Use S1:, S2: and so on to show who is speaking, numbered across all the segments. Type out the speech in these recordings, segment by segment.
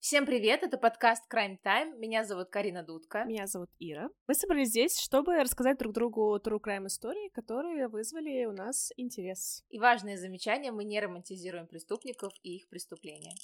S1: Всем привет, это подкаст Crime Time, меня зовут Карина Дудка.
S2: Меня зовут Ира. Мы собрались здесь, чтобы рассказать друг другу true crime истории, которые вызвали у нас интерес.
S1: И важное замечание, мы не романтизируем преступников и их преступления.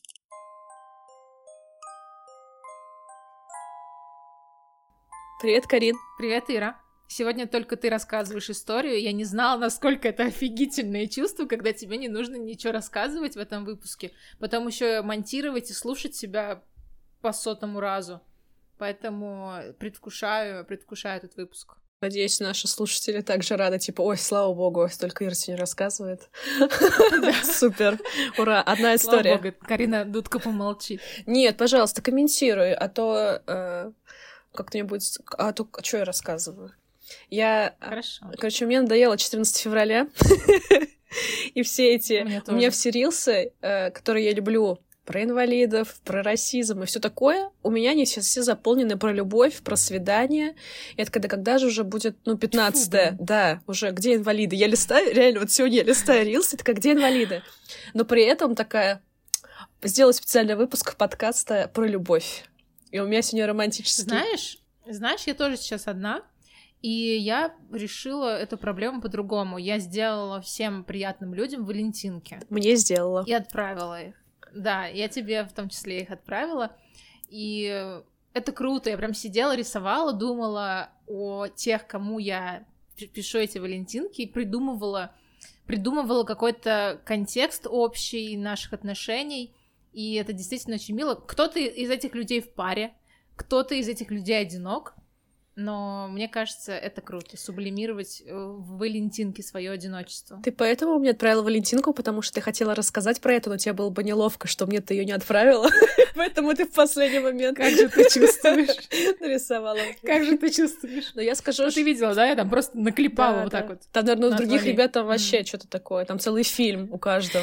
S2: Привет, Карин.
S1: Привет, Ира. Сегодня только ты рассказываешь историю. Я не знала, насколько это офигительное чувство, когда тебе не нужно ничего рассказывать в этом выпуске, потом еще монтировать и слушать себя по 100-му разу. Поэтому предвкушаю этот выпуск.
S2: Надеюсь, наши слушатели также рады, типа, ой, слава богу, столько Ира сегодня рассказывает. Супер, ура, одна история.
S1: Слава богу, Карина Дудка помолчит.
S2: Нет, пожалуйста, комментируй, а то как-то не будет... А то что я рассказываю?
S1: Хорошо.
S2: Короче, мне надоело 14 февраля, и все эти... У меня все рилсы, которые я люблю, про инвалидов, про расизм и все такое, у меня они сейчас все заполнены про любовь, про свидание. И это когда же уже будет, 15-е. Да, уже где инвалиды? Я листаю, реально, вот сегодня я листаю рилсы, такая, где инвалиды? Но при этом такая... Сделаю специальный выпуск подкаста про любовь. И у меня сегодня романтический...
S1: Знаешь, я тоже сейчас одна, и я решила эту проблему по-другому. Я сделала всем приятным людям валентинки.
S2: Мне сделала.
S1: И отправила их. Да, я тебе в том числе их отправила. И это круто. Я прям сидела, рисовала, думала о тех, кому я пишу эти валентинки, и придумывала какой-то контекст общий наших отношений. И это действительно очень мило. Кто-то из этих людей в паре, кто-то из этих людей одинок. Но мне кажется, это круто, сублимировать в валентинке свое одиночество.
S2: Ты поэтому мне отправила валентинку, потому что ты хотела рассказать про это, но тебе было бы неловко, что мне ты ее не отправила. Поэтому ты в последний момент...
S1: Как же ты чувствуешь?
S2: Нарисовала.
S1: Как же ты чувствуешь?
S2: Но я скажу...
S1: Ты видела, да? Я там просто наклепала вот так вот.
S2: Там, наверное, у других ребят там вообще что-то такое. Там целый фильм у каждого.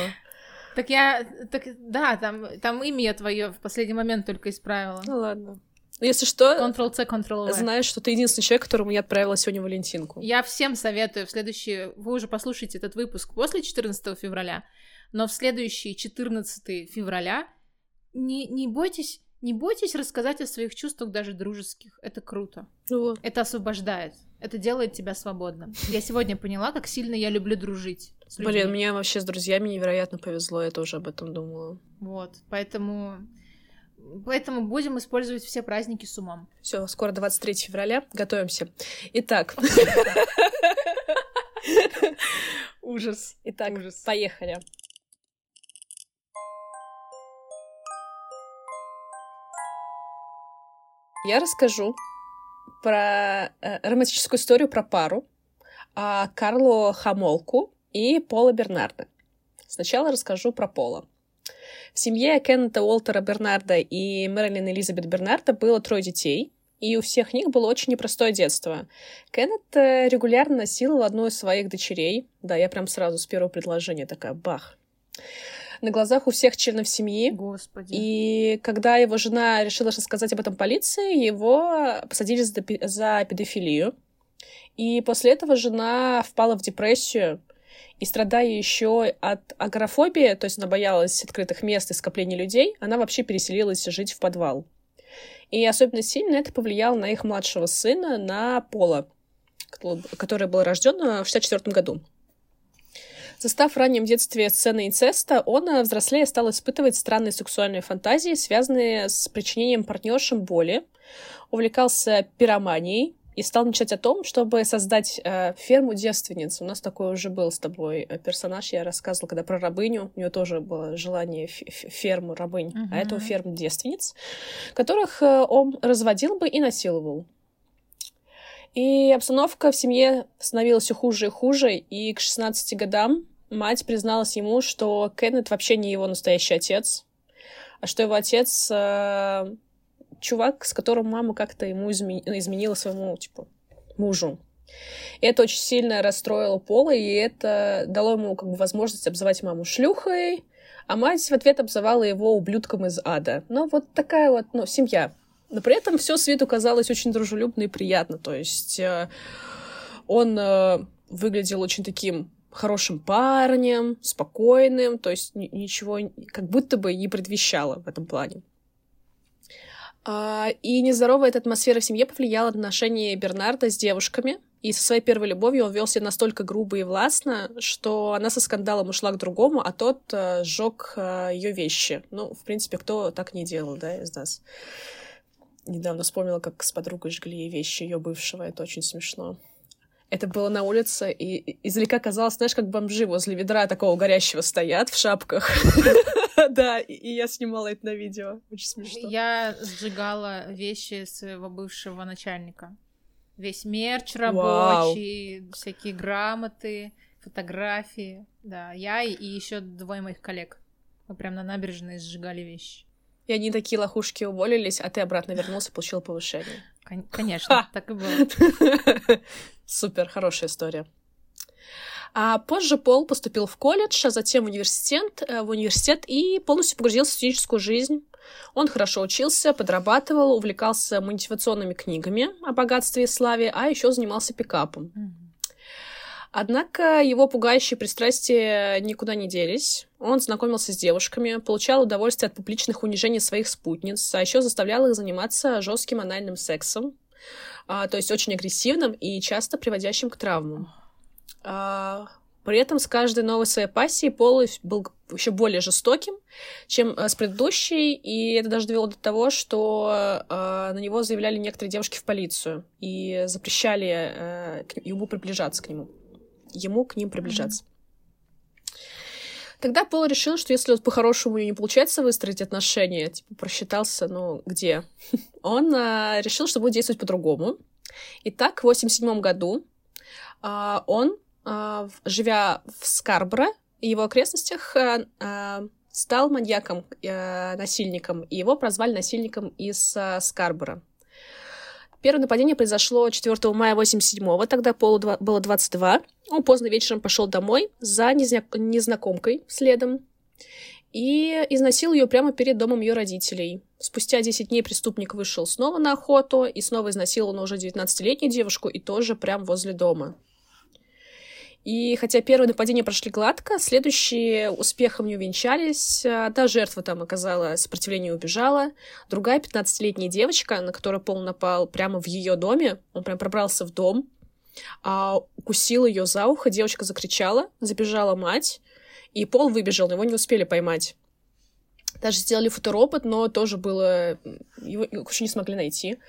S1: Там имя твое в последний момент только исправила.
S2: Ну ладно. Но если что,
S1: Ctrl-C, Ctrl-V.
S2: Знаешь, что ты единственный человек, которому я отправила сегодня валентинку.
S1: Я всем советую вы уже послушаете этот выпуск после 14 февраля, но в следующий 14 февраля не бойтесь рассказать о своих чувствах, даже дружеских. Это круто. Это освобождает. Это делает тебя свободным. Я сегодня поняла, как сильно я люблю дружить с людьми.
S2: Блин, мне вообще с друзьями невероятно повезло, я тоже об этом думала.
S1: Вот, поэтому будем использовать все праздники с умом.
S2: Все, скоро 23 февраля, готовимся. Итак.
S1: Ужас.
S2: Итак, поехали. Я расскажу про романтическую историю про пару Карло Хамолку и Пола Бернарда. Сначала расскажу про Пола. В семье Кеннета Уолтера Бернарда и Мэрилин Элизабет Бернарда было 3 детей, и у всех них было очень непростое детство. Кеннет регулярно насиловал одну из своих дочерей. Да, я прям сразу с первого предложения такая бах. На глазах у всех членов семьи.
S1: Господи.
S2: И когда его жена решила рассказать об этом полиции, его посадили за педофилию. И после этого жена впала в депрессию. И страдая еще от агорафобии, то есть она боялась открытых мест и скопления людей, она вообще переселилась жить в подвал. И особенно сильно это повлияло на их младшего сына, на Пола, который был рожден в 1964 году. Застав в раннем детстве сцены инцеста, он, взрослея, стал испытывать странные сексуальные фантазии, связанные с причинением партнершам боли, увлекался пироманией, и стал мечтать о том, чтобы создать ферму девственниц. У нас такой уже был с тобой персонаж, я рассказывала, когда про рабыню. У нее тоже было желание ферму рабынь, а это ферму девственниц, которых он разводил бы и насиловал. И обстановка в семье становилась все хуже и хуже, и к 16 годам мать призналась ему, что Кеннет вообще не его настоящий отец, а что его отец... чувак, с которым мама как-то ему изменила своему, мужу. И это очень сильно расстроило Пола, и это дало ему возможность обзывать маму шлюхой, а мать в ответ обзывала его ублюдком из ада. Ну, вот такая вот, семья. Но при этом все свету казалось очень дружелюбно и приятно. То есть он выглядел очень таким хорошим парнем, спокойным, то есть ничего как будто бы не предвещало в этом плане. И нездоровая эта атмосфера в семье повлияла на отношения Бернарда с девушками. И со своей первой любовью он вел себя настолько грубо и властно, что она со скандалом ушла к другому, а тот сжег ее вещи. Ну, в принципе, кто так не делал, да, из нас? Недавно вспомнила, как с подругой жгли ей вещи ее бывшего. Это очень смешно. Это было на улице, и издалека казалось, знаешь, как бомжи возле ведра такого горящего стоят в шапках. Да, и я снимала это на видео. Очень смешно.
S1: Я сжигала вещи своего бывшего начальника. Весь мерч рабочий, всякие грамоты, фотографии. Да, я и еще 2 моих коллег. Мы прям на набережной сжигали вещи.
S2: И они такие лохушки уволились, а ты обратно вернулся и получил повышение.
S1: Конечно, так и было.
S2: Супер, хорошая история. А позже Пол поступил в колледж, а затем в университет и полностью погрузился в студенческую жизнь. Он хорошо учился, подрабатывал, увлекался мотивационными книгами о богатстве и славе, а еще занимался пикапом. Однако его пугающие пристрастия никуда не делись. Он знакомился с девушками, получал удовольствие от публичных унижений своих спутниц, а еще заставлял их заниматься жестким анальным сексом, то есть очень агрессивным и часто приводящим к травмам. При этом с каждой новой своей пассией Пол был еще более жестоким, чем с предыдущей, и это даже довело до того, что на него заявляли некоторые девушки в полицию и запрещали ему приближаться к нему. Ему к ним приближаться. Тогда Пол решил, что если по-хорошему не получается выстроить отношения, типа просчитался, ну, где? Он решил, что будет действовать по-другому. Итак, в 1987 году он, живя в Скарборо и его окрестностях, стал маньяком, насильником, и его прозвали насильником из Скарборо. Первое нападение произошло 4 мая 1987-го, тогда Полу было 22. Он поздно вечером пошел домой за незнакомкой следом и изнасиловал ее прямо перед домом ее родителей. Спустя 10 дней преступник вышел снова на охоту и снова изнасиловал на уже 19-летнюю девушку, и тоже прямо возле дома. И хотя первые нападения прошли гладко, следующие успехом не увенчались. Одна жертва там оказала сопротивление и убежала. Другая 15-летняя девочка, на которую Пол напал прямо в ее доме, он прям пробрался в дом, укусил ее за ухо, девочка закричала, забежала мать, и Пол выбежал, но его не успели поймать. Даже сделали фоторобот, но тоже было... Его еще не смогли найти.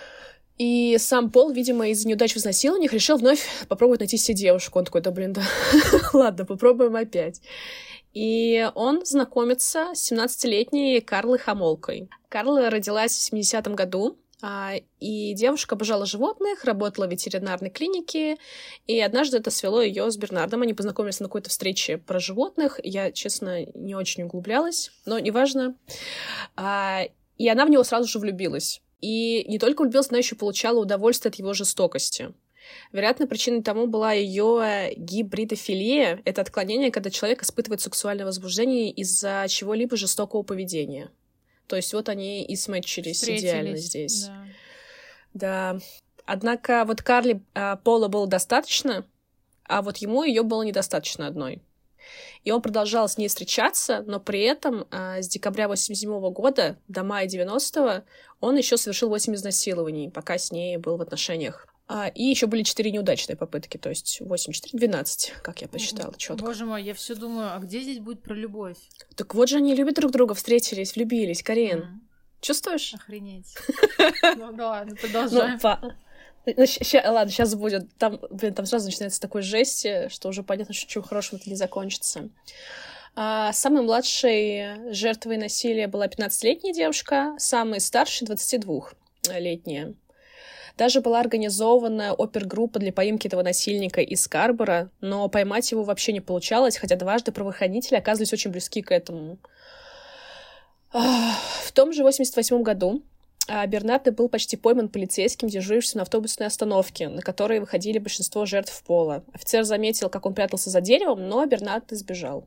S2: И сам Пол, видимо, из-за неудач в изнасилованиях решил вновь попробовать найти себе девушку. Он такой, да, ладно, попробуем опять. И он знакомится с 17-летней Карлой Хамолкой. Карла родилась в 70-м году, и девушка обожала животных, работала в ветеринарной клинике, и однажды это свело ее с Бернардом. Они познакомились на какой-то встрече про животных. Я, честно, не очень углублялась, но неважно. И она в него сразу же влюбилась. И не только влюбилась, она еще получала удовольствие от его жестокости. Вероятно, причиной тому была ее гибридофилия. Это отклонение, когда человек испытывает сексуальное возбуждение из-за чего-либо жестокого поведения. То есть вот они и смэтчились идеально здесь. Да. Однако вот Карле Пола было достаточно, а вот ему ее было недостаточно одной. И он продолжал с ней встречаться, но при этом с декабря 1987 года до мая 90-го он еще совершил 8 изнасилований, пока с ней был в отношениях. И еще были 4 неудачные попытки, то есть 8, 4, 12, как я посчитала четко.
S1: Боже мой, я все думаю, а где здесь будет про любовь?
S2: Так вот же они любят друг друга, встретились, влюбились, Карин. Чувствуешь?
S1: Охренеть. Ну да ладно, продолжаем.
S2: Ладно, сейчас будет. Там сразу начинается такой жести, что уже понятно, что ничего хорошего это не закончится. Самой младшей жертвой насилия была 15-летняя девушка, самой старшей 22-летняя. Даже была организована опергруппа для поимки этого насильника из Скарборо, но поймать его вообще не получалось, хотя дважды правоохранители оказывались очень близки к этому. В том же 1988 году Бернардо был почти пойман полицейским, дежурившим на автобусной остановке, на которой выходили большинство жертв Пола. Офицер заметил, как он прятался за деревом, но Бернардо сбежал.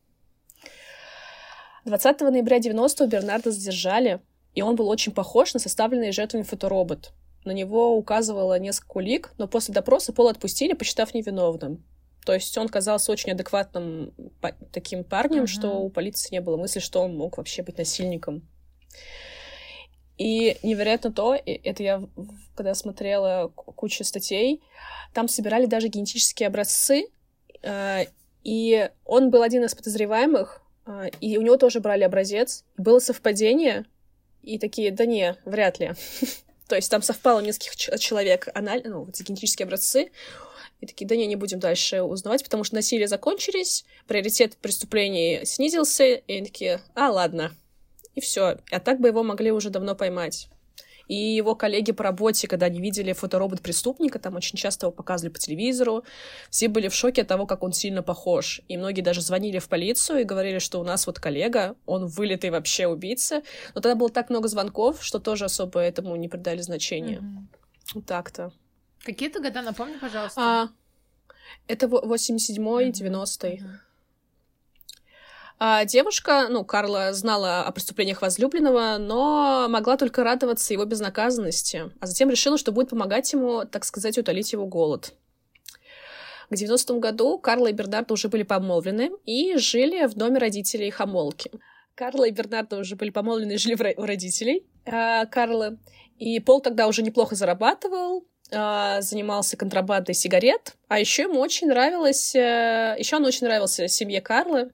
S2: 20 ноября 90-го Бернардо задержали, и он был очень похож на составленный жертвами фоторобот. На него указывало несколько улик, но после допроса Пола отпустили, посчитав невиновным. То есть он казался очень адекватным таким парнем, что у полиции не было мысли, что он мог вообще быть насильником. И невероятно то, это я, когда смотрела кучу статей, там собирали даже генетические образцы, и он был один из подозреваемых, и у него тоже брали образец. Было совпадение, и такие, да не, вряд ли. То есть там совпало у нескольких человек эти генетические образцы, и такие, да не будем дальше узнавать, потому что насилие закончились, приоритет преступлений снизился, и они такие, ладно. И все. А так бы его могли уже давно поймать. И его коллеги по работе, когда они видели фоторобот преступника, там очень часто его показывали по телевизору, все были в шоке от того, как он сильно похож. И многие даже звонили в полицию и говорили, что у нас вот коллега, он вылитый вообще убийца. Но тогда было так много звонков, что тоже особо этому не придали значения. Вот так-то.
S1: Какие-то года, напомни, пожалуйста.
S2: Это 87-й, 90-й. Девушка, Карла знала о преступлениях возлюбленного, но могла только радоваться его безнаказанности, а затем решила, что будет помогать ему, так сказать, утолить его голод. К 90-му году Карла и Бернардо уже были помолвлены и жили в доме родителей Хомолки. Карла и Бернардо уже были помолвлены и жили у родителей Карлы. И Пол тогда уже неплохо зарабатывал, занимался контрабандой сигарет, а еще ему очень нравилось, еще он очень нравился семье Карлы.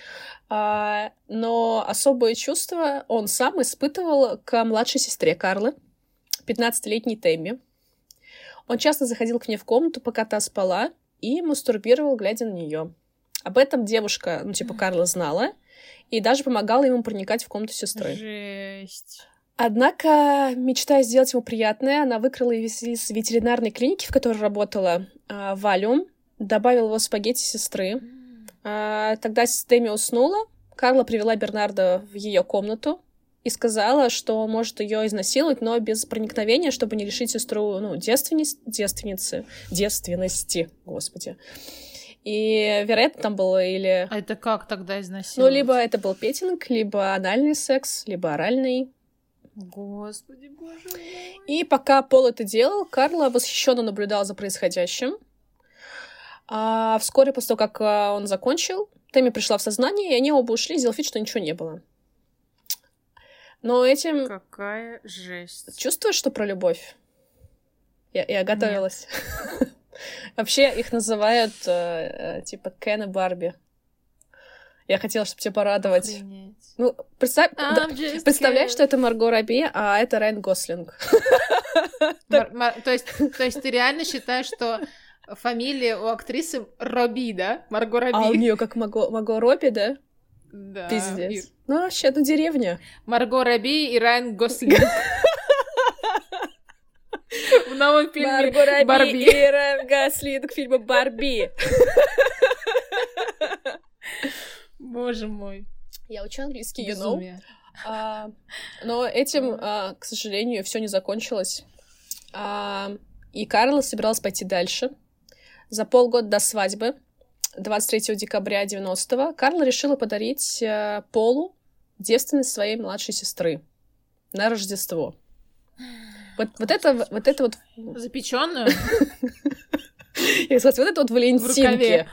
S2: Но особые чувства он сам испытывал к младшей сестре Карлы, 15-летней Тэмми. Он часто заходил к ней в комнату, пока та спала, и мастурбировал, глядя на нее. Об этом девушка, Карла, знала, и даже помогала ему проникать в комнату сестры.
S1: Жесть.
S2: Однако, мечтая сделать ему приятное, она выкрала из ветеринарной клиники, в которой работала, валиум, добавила его в спагетти сестры. Тогда Тэмми уснула, Карла привела Бернардо в ее комнату и сказала, что может ее изнасиловать, но без проникновения, чтобы не лишить сестру девственности, господи. И, вероятно, там было или...
S1: А это как тогда изнасиловать?
S2: Либо это был петинг, либо анальный секс, либо оральный.
S1: Господи, боже мой.
S2: И пока Пол это делал, Карла восхищенно наблюдала за происходящим. А вскоре после того, как он закончил, Тэмми пришла в сознание, и они оба ушли, сделав вид, что ничего не было. Но этим...
S1: Какая жесть.
S2: Чувствуешь, что про любовь? Я готовилась. Вообще их называют типа Кен и Барби. Я хотела, чтобы тебя порадовать. Представляешь, что это Марго Робби, а это Райан Гослинг.
S1: То есть ты реально считаешь, что фамилия у актрисы Робби, да? Марго Робби.
S2: А у нее как Марго Робби, да?
S1: Да.
S2: Пиздец. Вообще, деревня.
S1: Марго Робби и Райан Гослинг. В новом фильме
S2: Марго Робби
S1: Барби.
S2: и Райан Гослинг фильма «Барби».
S1: Боже мой.
S2: Я учу английский, you know. Но этим, к сожалению, все не закончилось. И Карла собиралась пойти дальше. За полгода до свадьбы, 23 декабря 90-го, Карла решила подарить Полу девственность своей младшей сестры на Рождество. Вот это.
S1: Запечённую?
S2: Я сказала, вот это валентинки.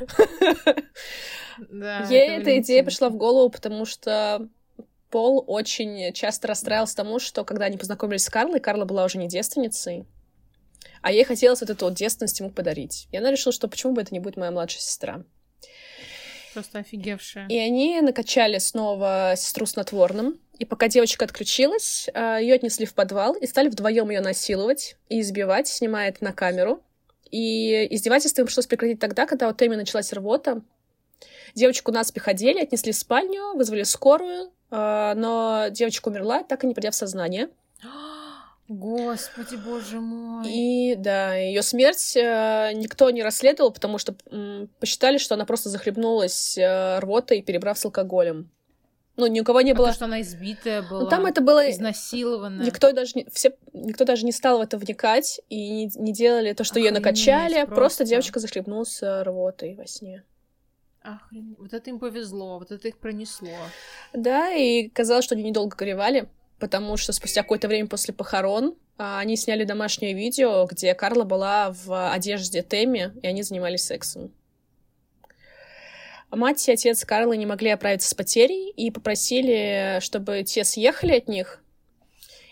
S2: Ей эта идея пришла в голову, потому что Пол очень часто расстраивался тому, что когда они познакомились с Карлой, Карла была уже не девственницей, а ей хотелось эту девственность ему подарить. И она решила, что почему бы это не будет моя младшая сестра.
S1: Просто офигевшая.
S2: И они накачали снова сестру снотворным. И пока девочка отключилась, ее отнесли в подвал и стали вдвоем ее насиловать и избивать, снимая это на камеру. И издевательство им пришлось прекратить тогда, когда у Тэмми началась рвота. Девочку наспех одели, отнесли в спальню, вызвали скорую, но девочка умерла, так и не придя в сознание.
S1: Господи, боже мой.
S2: И да, ее смерть никто не расследовал, потому что посчитали, что она просто захлебнулась рвотой, перебрав с алкоголем. Ни у кого не было...
S1: То, что она избитая была,
S2: там это было...
S1: изнасилованная.
S2: Никто даже не стал в это вникать и не делали то, что ее накачали. Просто девочка захлебнулась рвотой во сне.
S1: Охренеть. Вот это им повезло, вот это их пронесло.
S2: Да, и казалось, что они недолго горевали, потому что спустя какое-то время после похорон они сняли домашнее видео, где Карла была в одежде Тэмми, и они занимались сексом. Мать и отец Карлы не могли оправиться с потерей и попросили, чтобы те съехали от них.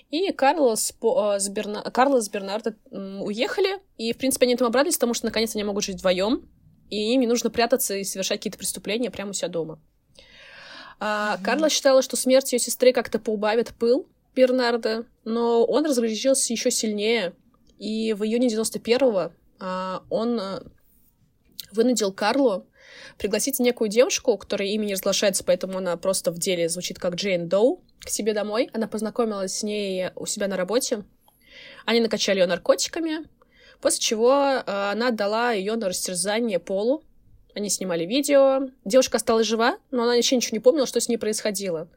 S2: И Карла с Бернардо уехали, и, в принципе, они этому обрадовались, потому что, наконец, они могут жить вдвоем, и им не нужно прятаться и совершать какие-то преступления прямо у себя дома. Карла считала, что смерть ее сестры как-то поубавит пыл Бернардо, но он разгорячился еще сильнее, и в июне 91-го он вынудил Карлу пригласить некую девушку, у которой имя не разглашается, поэтому она просто в деле звучит как Джейн Доу, к себе домой. Она познакомилась с ней у себя на работе. Они накачали ее наркотиками, после чего она отдала ее на растерзание Полу. Они снимали видео. Девушка осталась жива, но она еще ничего не помнила, что с ней происходило.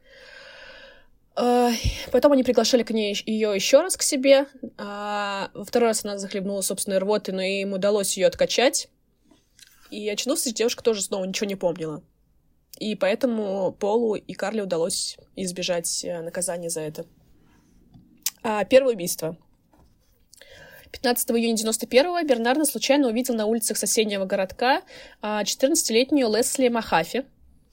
S2: Потом они приглашали к ней ее еще раз к себе. Во второй раз она захлебнула собственной рвотой, но им удалось ее откачать. И очнувшись, девушка тоже снова ничего не помнила. И поэтому Полу и Карле удалось избежать наказания за это. Первое убийство. 15 июня 91-го Бернардо случайно увидел на улицах соседнего городка 14-летнюю Лесли Махафи.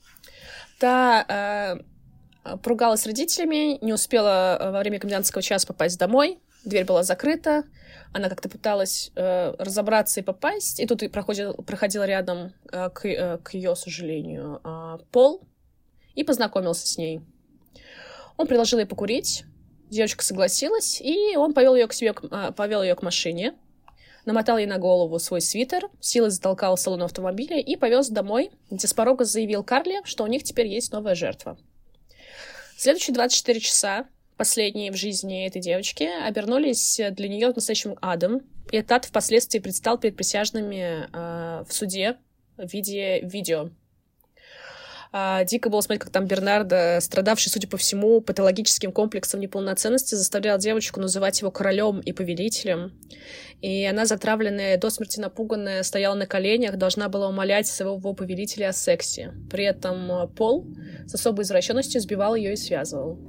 S2: Та поругалась с родителями, не успела во время комендантского часа попасть домой, дверь была закрыта, она как-то пыталась разобраться и попасть, и тут проходил рядом, к ее сожалению, Пол, и познакомился с ней. Он предложил ей покурить, девочка согласилась, и он повел ее к машине, намотал ей на голову свой свитер, силой затолкал в салон автомобиля и повез домой, где с порога заявил Карле, что у них теперь есть новая жертва. Следующие 24 часа, последние в жизни этой девочки, обернулись для нее настоящим адом, и этот ад впоследствии предстал перед присяжными в суде в виде видео. Дико было смотреть, как там Бернардо, страдавший, судя по всему, патологическим комплексом неполноценности, заставлял девочку называть его королем и повелителем. И она, затравленная, до смерти напуганная, стояла на коленях, должна была умолять своего повелителя о сексе. При этом Пол с особой извращенностью сбивал ее и связывал.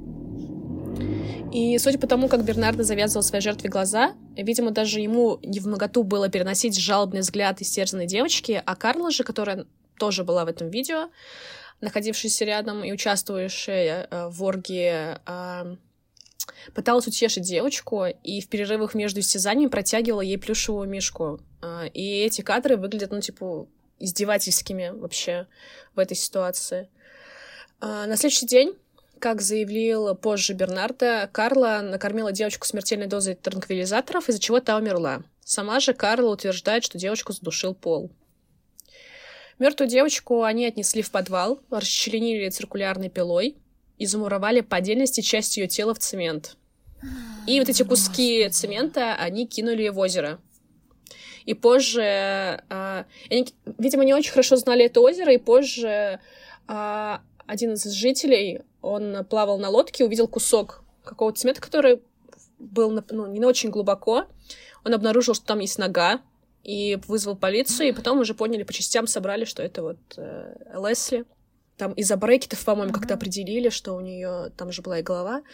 S2: И судя по тому, как Бернардо завязывал своей жертве глаза, видимо, даже ему невмоготу было переносить жалобный взгляд истерзанной девочки, а Карла же, которая тоже была в этом видео, находившаяся рядом и участвующая в оргии, пыталась утешить девочку и в перерывах между истязаниями протягивала ей плюшевую мишку. И эти кадры выглядят, издевательскими вообще в этой ситуации. На следующий день, как заявил позже Бернардо, Карла накормила девочку смертельной дозой транквилизаторов, из-за чего та умерла. Сама же Карла утверждает, что девочку задушил Пол. Мертвую девочку они отнесли в подвал, расчленили циркулярной пилой и замуровали по отдельности часть ее тела в цемент. И вот эти куски цемента они кинули в озеро. И позже... они, видимо, не очень хорошо знали это озеро, и позже один из жителей, он плавал на лодке, увидел кусок какого-то цемента, который был не очень глубоко. Он обнаружил, что там есть нога, и вызвал полицию, и потом уже поняли, по частям собрали, что это вот Лесли. Там из-за брекетов, по-моему, как-то определили, что у нее там же была и голова.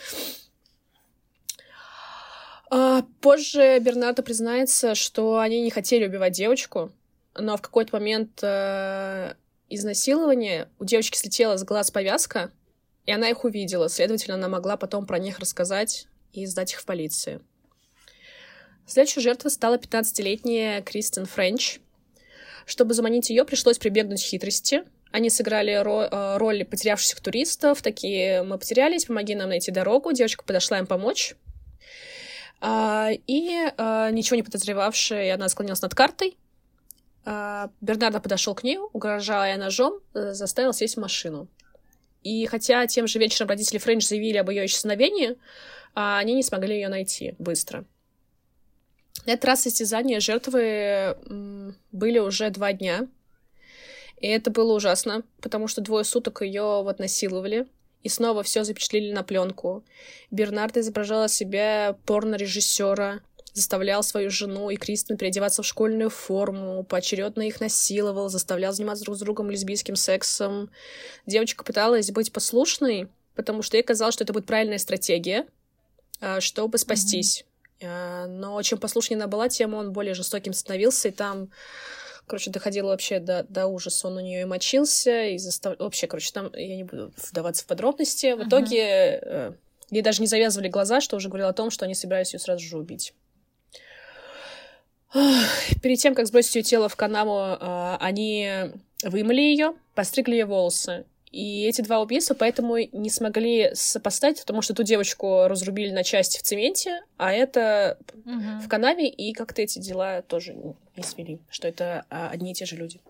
S2: Позже Бернардо признается, что они не хотели убивать девочку, но в какой-то момент изнасилования у девочки слетела с глаз повязка, и она их увидела. Следовательно, она могла потом про них рассказать и сдать их в полиции. Следующей жертвой стала 15-летняя Кристен Френч. Чтобы заманить ее, пришлось прибегнуть к хитрости. Они сыграли роль потерявшихся туристов. Такие: мы потерялись, помоги нам найти дорогу. Девочка подошла им помочь. Ничего не подозревавшая, она склонилась над картой. Бернардо подошел к ней, угрожая ножом, заставил сесть в машину. И хотя тем же вечером родители Френч заявили об ее исчезновении, они не смогли ее найти быстро. На этот раз истязания жертвы были уже 2 дня. И это было ужасно, потому что 2 суток ее насиловали. И снова все запечатлели на пленку. Бернардо изображал себя порно-режиссера, заставлял свою жену и Кристен переодеваться в школьную форму, поочередно их насиловал, заставлял заниматься друг с другом лесбийским сексом. Девочка пыталась быть послушной, потому что ей казалось, что это будет правильная стратегия, чтобы спастись. Но чем послушнее она была, тем он более жестоким становился, и там, доходило вообще до ужаса. Он у нее и мочился, и заставлял... Вообще, там я не буду вдаваться в подробности. В итоге Ей даже не завязывали глаза, что уже говорило о том, что они собираются ее сразу же убить. Перед тем, как сбросить ее тело в канаву, они вымыли ее, постригли ее волосы. И эти два убийства поэтому не смогли сопоставить, потому что ту девочку разрубили на части в цементе, а это в канаве, и как-то эти дела тоже не свели, что это одни и те же люди.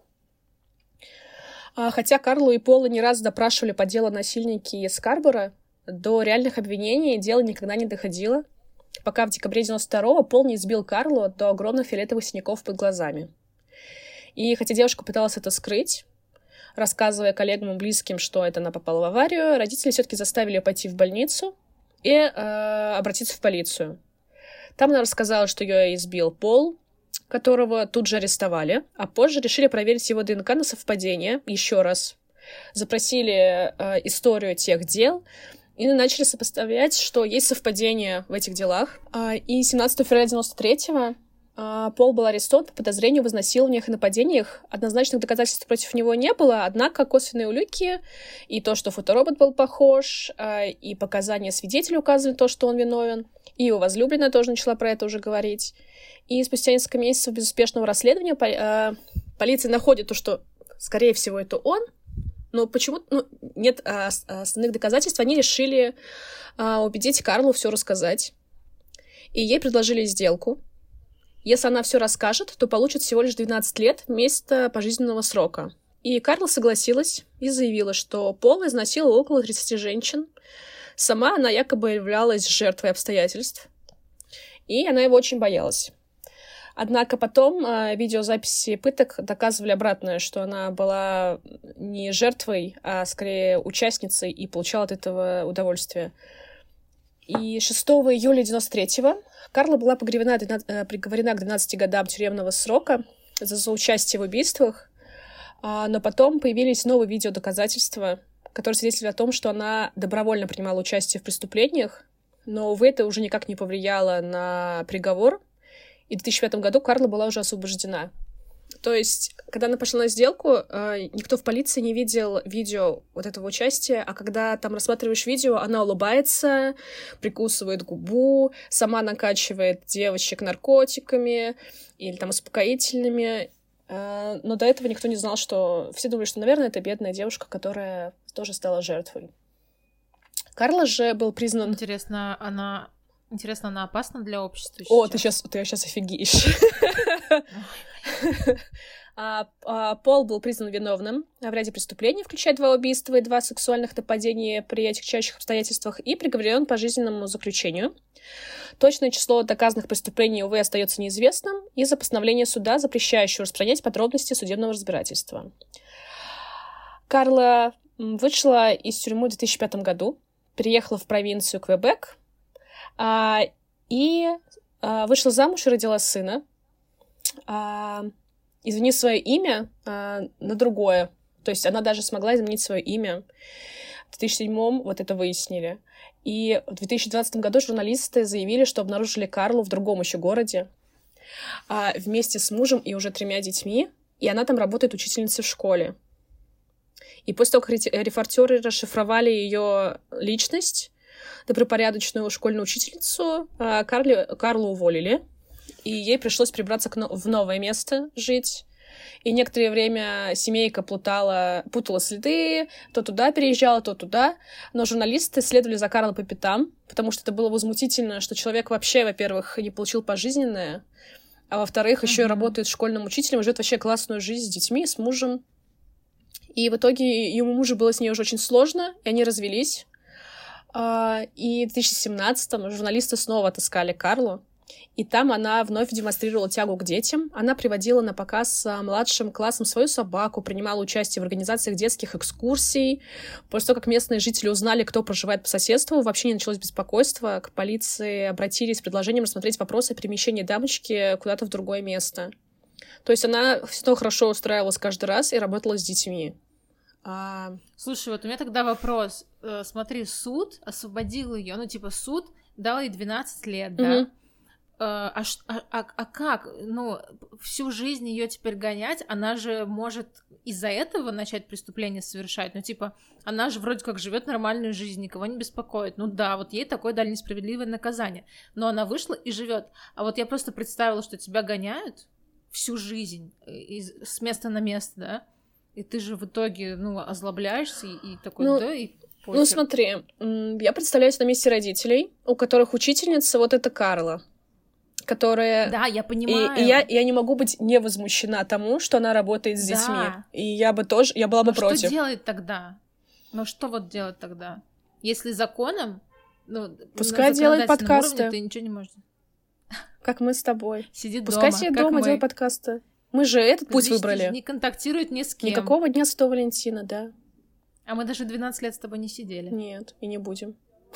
S2: Хотя Карлу и Пола не раз допрашивали по делу насильники из Скарбора, до реальных обвинений дело никогда не доходило, пока в декабре 92-го Пол не избил Карлу до огромных фиолетовых синяков под глазами. И хотя девушка пыталась это скрыть, рассказывая коллегам и близким, что это она попала в аварию, родители все-таки заставили ее пойти в больницу и обратиться в полицию. Там она рассказала, что ее избил Пол, которого тут же арестовали, а позже решили проверить его ДНК на совпадение еще раз. Запросили историю тех дел и начали сопоставлять, что есть совпадение в этих делах. И 17 февраля 93-го Пол был арестован по подозрению в изнасилованиях и нападениях. Однозначных доказательств против него не было, однако косвенные улики и то, что фоторобот был похож, и показания свидетелей указывали то, что он виновен, и его возлюбленная тоже начала про это уже говорить. И спустя несколько месяцев безуспешного расследования полиция находит то, что, скорее всего, это он, но почему-то нет основных доказательств. Они решили убедить Карлу все рассказать. И ей предложили сделку. Если она все расскажет, то получит всего лишь 12 лет вместо пожизненного срока. И Карла согласилась и заявила, что Пол изнасиловал около 30 женщин. Сама она якобы являлась жертвой обстоятельств. И она его очень боялась. Однако потом видеозаписи пыток доказывали обратное, что она была не жертвой, а скорее участницей и получала от этого удовольствие. И 6 июля 93-го Карла была приговорена к 12 годам тюремного срока за участие в убийствах, но потом появились новые видеодоказательства, которые свидетельствовали о том, что она добровольно принимала участие в преступлениях, но, увы, это уже никак не повлияло на приговор, и в 2005 году Карла была уже освобождена. То есть, когда она пошла на сделку, никто в полиции не видел видео вот этого участия, а когда там рассматриваешь видео, она улыбается, прикусывает губу, сама накачивает девочек наркотиками или там успокоительными. Но до этого никто не знал, что... Все думали, что, наверное, это бедная девушка, которая тоже стала жертвой. Карла же был признан...
S1: Интересно, она опасна для общества?
S2: О, ты сейчас офигеешь. Пол был признан виновным в ряде преступлений, включая 2 убийства и 2 сексуальных нападения при отягчающих обстоятельствах, и приговорен к пожизненному заключению. Точное число доказанных преступлений, увы, остается неизвестным из-за постановления суда, запрещающего распространять подробности судебного разбирательства. Карла вышла из тюрьмы в 2005 году, переехала в провинцию Квебек, и вышла замуж и родила сына, изменив свое имя на другое. То есть она даже смогла изменить свое имя. В 2007-м вот это выяснили. И в 2020 году журналисты заявили, что обнаружили Карлу в другом еще городе вместе с мужем и уже 3 детьми, и она там работает учительницей в школе. И после того, как репортеры расшифровали ее личность, добропорядочную школьную учительницу, Карлу уволили, и ей пришлось прибраться в новое место жить. И некоторое время семейка путала следы, то туда переезжала, то туда. Но журналисты следовали за Карлой по пятам, потому что это было возмутительно, что человек вообще, во-первых, не получил пожизненное, а во-вторых, еще и работает школьным учителем, живет вообще классную жизнь с детьми, с мужем. И в итоге ему мужу было с ней уже очень сложно, и они развелись. И в 2017-м журналисты снова отыскали Карлу, и там она вновь демонстрировала тягу к детям. Она приводила на показ младшим классам свою собаку, принимала участие в организациях детских экскурсий. После того, как местные жители узнали, кто проживает по соседству, вообще не началось беспокойство. К полиции обратились с предложением рассмотреть вопросы о перемещении дамочки куда-то в другое место. То есть она все хорошо устраивалась каждый раз и работала с детьми.
S1: Слушай, вот у меня тогда вопрос. Смотри, суд освободил ее, суд дал ей 12 лет, да? как? Ну, всю жизнь ее теперь гонять, она же может из-за этого начать преступление совершать. Ну, типа, она же вроде как живет нормальную жизнь, никого не беспокоит. Ну да, вот ей такое дали несправедливое наказание. Но она вышла и живет. А вот я просто представила, что тебя гоняют всю жизнь с места на место, да? И ты же в итоге, ну, озлобляешься и такой,
S2: Ну,
S1: да, и
S2: Ну, смотри, я представляюсь на месте родителей, у которых учительница вот эта Карла, которая...
S1: Да, я понимаю.
S2: И я не могу быть не возмущена тому, что она работает с детьми. И я была бы против.
S1: Что делать тогда? Ну, что вот делать тогда? Если законом... Ну,
S2: пускай делает подкасты.
S1: Уровне, ты ничего не можешь.
S2: Как мы с тобой.
S1: Сидит
S2: Пускай
S1: дома.
S2: Пускай сидит дома, делает подкасты. Мы же этот путь выбрали.
S1: Не контактирует ни с кем.
S2: Никакого Дня Святого Валентина, да.
S1: А мы даже 12 лет с тобой не сидели.
S2: Нет, и не будем.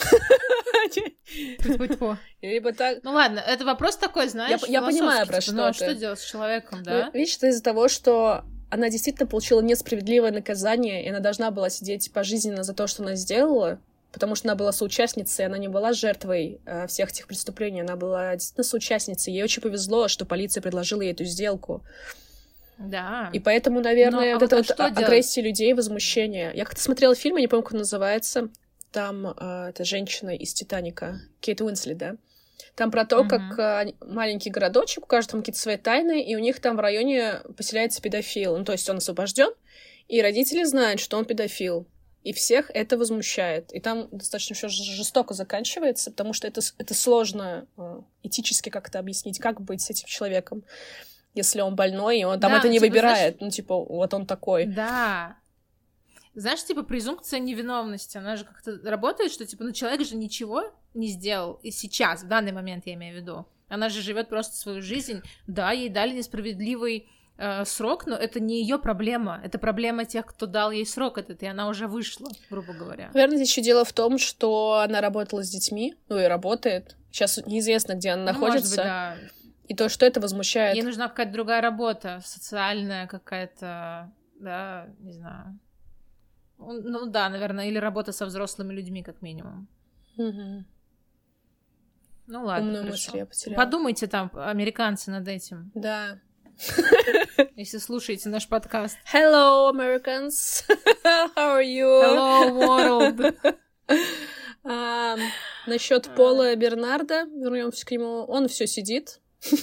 S1: Либо так... Ну ладно, это вопрос такой, знаешь,
S2: я понимаю, про что
S1: ты. Ну а
S2: что
S1: делать с человеком, да?
S2: Видишь, это из-за того, что она действительно получила несправедливое наказание, и она должна была сидеть пожизненно за то, что она сделала, потому что она была соучастницей, она не была жертвой всех этих преступлений, она была действительно соучастницей. Ей очень повезло, что полиция предложила ей эту сделку.
S1: Да.
S2: И поэтому, наверное, вот эта вот агрессия людей, возмущение. Я как-то смотрела фильм, я не помню, как он называется. Там это женщина из «Титаника», Кейт Уинслет, да? Там про то, как маленький городочек, у каждого там какие-то свои тайны, и у них там в районе поселяется педофил. Ну, то есть он освобожден, и родители знают, что он педофил. И всех это возмущает. И там достаточно все жестоко заканчивается, потому что это сложно этически как-то объяснить, как быть с этим человеком, если он больной, и он там это не выбирает. Знаешь, ну, типа, вот он такой.
S1: Да. Знаешь, типа, презумпция невиновности, она же как-то работает, что, типа, ну, человек же ничего не сделал. И сейчас, в данный момент, я имею в виду. Она же живет просто свою жизнь. Да, ей дали несправедливый срок, но это не ее проблема. Это проблема тех, кто дал ей срок этот, и она уже вышла, грубо говоря.
S2: Наверное, здесь еще дело в том, что она работала с детьми, ну, и работает. Сейчас неизвестно, где она находится.
S1: Может быть, да.
S2: И то, что это возмущает.
S1: Ей нужна какая-то другая работа, социальная какая-то, да, не знаю. Ну да, наверное, или работа со взрослыми людьми, как минимум.
S2: Угу.
S1: Ну ладно,
S2: умную
S1: хорошо.
S2: мысль я потеряла.
S1: Подумайте там, американцы, над этим.
S2: Да.
S1: Если слушаете наш подкаст.
S2: Hello, Americans! How are you?
S1: Hello, world!
S2: Насчет Пола Бернарда, вернемся к нему, он все сидит.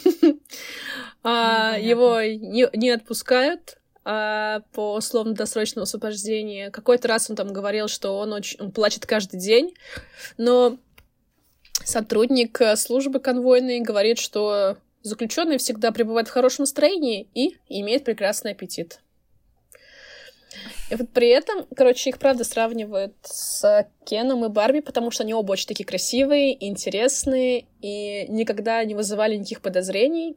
S2: Его не отпускают по условно-досрочному освобождению. Какой-то раз он там говорил, что он плачет каждый день, но сотрудник службы конвойной говорит, что заключенный всегда пребывает в хорошем настроении и имеет прекрасный аппетит. И вот при этом, короче, их правда сравнивают с Кеном и Барби, потому что они оба очень такие красивые, интересные и никогда не вызывали никаких подозрений.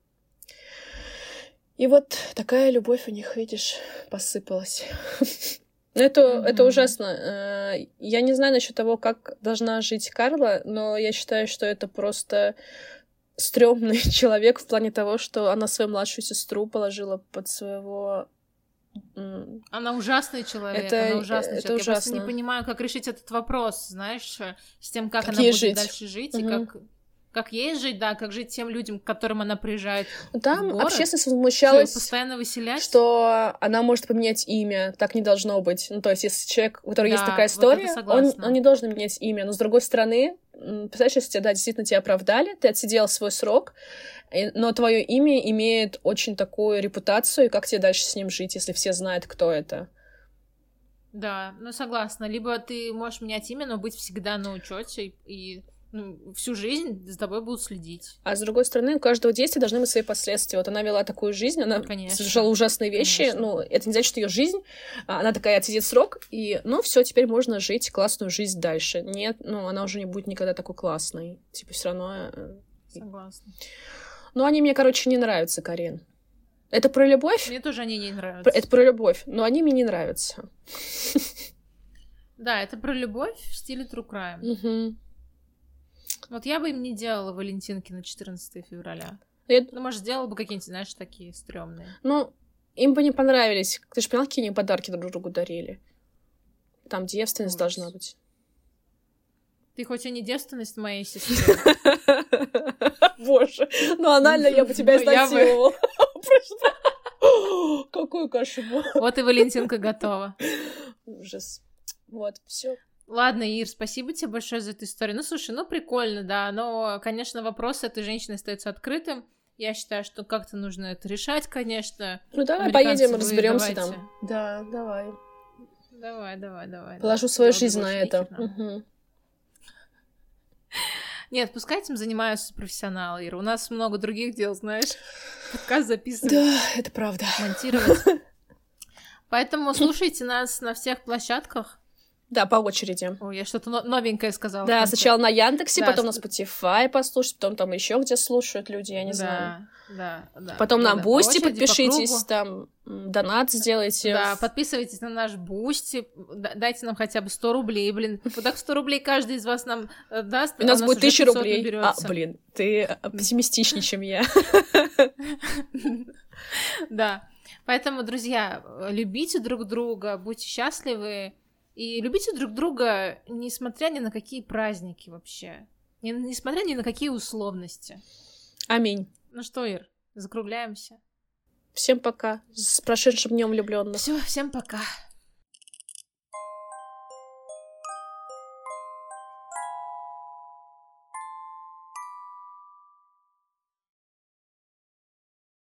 S2: И вот такая любовь у них, видишь, посыпалась. Это ужасно. Я не знаю насчет того, как должна жить Карла, но я считаю, что это просто стрёмный человек в плане того, что она свою младшую сестру положила под своего...
S1: Она ужасный человек, она ужасный человек. Я просто не понимаю, как решить этот вопрос, знаешь, с тем, как она будет дальше жить, и как ей жить, да, как жить тем людям, к которым она приезжает
S2: там
S1: в город.
S2: Общественность возмущалась,
S1: постоянно выселять,
S2: что она может поменять имя, так не должно быть. Ну, то есть, если человек, у которого есть такая история, вот он не должен менять имя. Но, с другой стороны, представляешь, если действительно тебя оправдали, ты отсидел свой срок, но твое имя имеет очень такую репутацию, и как тебе дальше с ним жить, если все знают, кто это?
S1: Да, ну, согласна. Либо ты можешь менять имя, но быть всегда на учете и всю жизнь за тобой будут следить. А
S2: с другой стороны, у каждого действия должны быть свои последствия. Вот она вела такую жизнь, она совершала ужасные вещи. Конечно. Ну, это не значит, что ее жизнь, она такая отсидит срок, и, все, теперь можно жить классную жизнь дальше. Нет, она уже не будет никогда такой классной. Типа, все равно...
S1: Согласна.
S2: Они мне, не нравятся, Карин. Это про любовь?
S1: Мне тоже они не нравятся.
S2: Это про любовь, но они мне не нравятся.
S1: Да, это про любовь в стиле True Crime.
S2: Угу.
S1: Вот я бы им не делала валентинки на 14 февраля. Может, сделала бы какие-нибудь, знаешь, такие стрёмные.
S2: Им бы не понравились. Ты же поняла, какие они подарки друг другу дарили? Там девственность должна быть.
S1: Ты хоть и не девственность моей сестры,
S2: Боже, ну анально я бы тебя изнасиловала. Какой кошмар.
S1: Вот и Валентинка готова.
S2: Ужас. Вот, все.
S1: Ладно, Ир, спасибо тебе большое за эту историю. Ну, слушай, ну прикольно, да, но, конечно, вопрос этой женщины остается открытым. Я считаю, что как-то нужно это решать, конечно.
S2: Ну давай поедем, разберемся там. Да, давай.
S1: Давай.
S2: Положу свою жизнь на это.
S1: Нет, пускай этим занимаются профессионалы, Ира. У нас много других дел, знаешь. Подкаст записывать.
S2: Да, это правда.
S1: Монтировать. Поэтому слушайте нас на всех площадках.
S2: Да, по очереди.
S1: Ой, я что-то новенькое сказала.
S2: Да, сначала на Яндексе, потом на Spotify послушать, потом там еще где слушают люди, я не знаю.
S1: Да.
S2: Потом на Бусти подпишитесь, там донат сделайте.
S1: Да, подписывайтесь на наш Бусти, дайте нам хотя бы 100 рублей, блин. Вот так 100 рублей каждый из вас нам даст.
S2: У нас будет 1000 рублей. Блин, ты оптимистичнее, чем я.
S1: Да. Поэтому, друзья, любите друг друга, будьте счастливы. И любите друг друга, несмотря ни на какие праздники вообще. Несмотря ни на какие условности.
S2: Аминь.
S1: Ну что, Ир, закругляемся.
S2: Всем пока. С прошедшим днем влюблённых.
S1: Всё, всем пока.